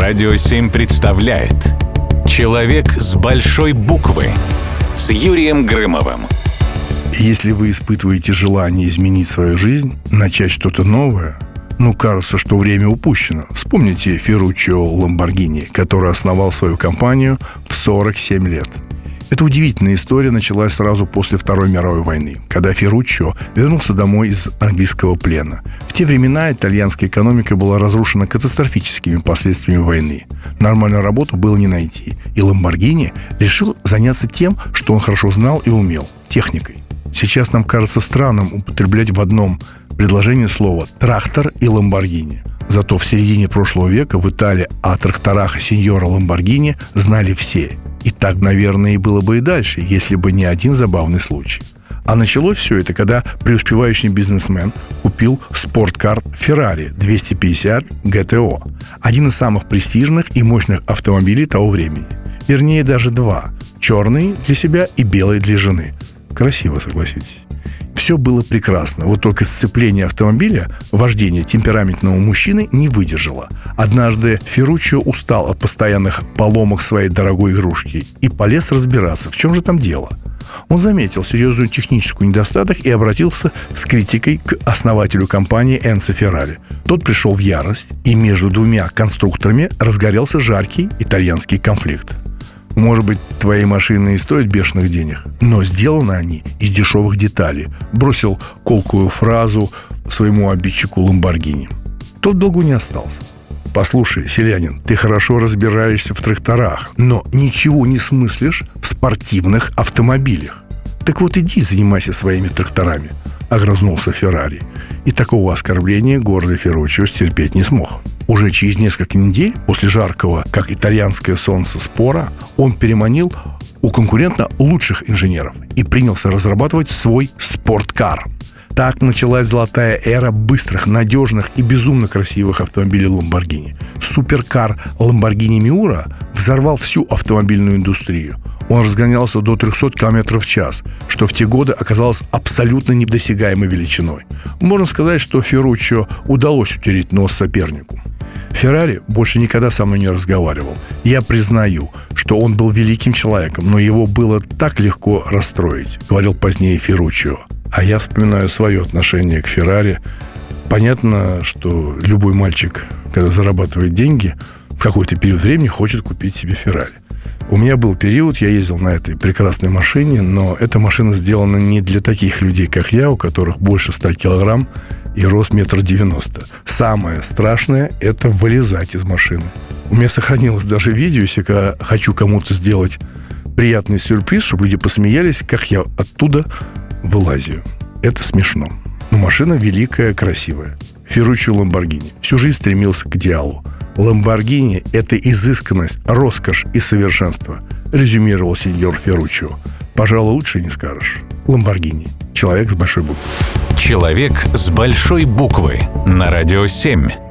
Радио 7 представляет «Человек с большой буквы» с Юрием Грымовым. Если вы испытываете желание изменить свою жизнь, начать что-то новое, кажется, что время упущено. Вспомните Ферруччо Ламборгини, который основал свою компанию в 47 лет. Эта удивительная история началась сразу после Второй мировой войны, когда Ферруччо вернулся домой из английского плена. В те времена итальянская экономика была разрушена катастрофическими последствиями войны. Нормальную работу было не найти, и Ламборгини решил заняться тем, что он хорошо знал и умел – техникой. Сейчас нам кажется странным употреблять в одном предложении слова «трактор» и «Ламборгини». Зато в середине прошлого века в Италии о тракторах сеньора Ламборгини знали все. И так, наверное, и было бы и дальше, если бы не один забавный случай. А началось все это, когда преуспевающий бизнесмен купил спорткар Ferrari 250 GTO. Один из самых престижных и мощных автомобилей того времени. Вернее, даже два. Черный для себя и белый для жены. Красиво, согласитесь. Все было прекрасно, вот только сцепление автомобиля вождение темпераментного мужчины не выдержало. Однажды Ферруччо устал от постоянных поломок своей дорогой игрушки и полез разбираться, в чем же там дело. Он заметил серьезную техническую недостаток и обратился с критикой к основателю компании Энцо Феррари. Тот пришел в ярость, и между двумя конструкторами разгорелся жаркий итальянский конфликт. Может быть, твои машины и стоят бешеных денег, но сделаны они из дешевых деталей. Бросил колкую фразу своему обидчику Ламборгини. Тот в долгу не остался. Послушай, селянин, ты хорошо разбираешься в тракторах, но ничего не смыслишь в спортивных автомобилях. Так вот иди занимайся своими тракторами, огрызнулся Феррари. И такого оскорбления гордый Ферруччо стерпеть не смог. Уже через несколько недель после жаркого, как итальянское солнце, спора, он переманил у конкурента лучших инженеров и принялся разрабатывать свой спорткар. Так началась золотая эра быстрых, надежных и безумно красивых автомобилей Ламборгини. Суперкар Lamborghini Miura взорвал всю автомобильную индустрию. Он разгонялся до 300 км в час, что в те годы оказалось абсолютно недосягаемой величиной. Можно сказать, что Ферруччо удалось утереть нос сопернику. Феррари больше никогда со мной не разговаривал. Я признаю, что он был великим человеком, но его было так легко расстроить, говорил позднее Ферруччо. А я вспоминаю свое отношение к Феррари. Понятно, что любой мальчик, когда зарабатывает деньги, в какой-то период времени хочет купить себе Феррари. У меня был период, я ездил на этой прекрасной машине, но эта машина сделана не для таких людей, как я, у которых больше 100 килограмм и рост 1,90 м. Самое страшное – это вылезать из машины. У меня сохранилось даже видео, если я хочу кому-то сделать приятный сюрприз, чтобы люди посмеялись, как я оттуда вылазю. Это смешно. Но машина великая, красивая. Ферруччо Ламборгини всю жизнь стремился к идеалу. Ламборгини – это изысканность, роскошь и совершенство, резюмировал сеньор Ферруччо. Пожалуй, лучше не скажешь. Ламборгини. Человек с большой буквы. Человек с большой буквы на Радио 7.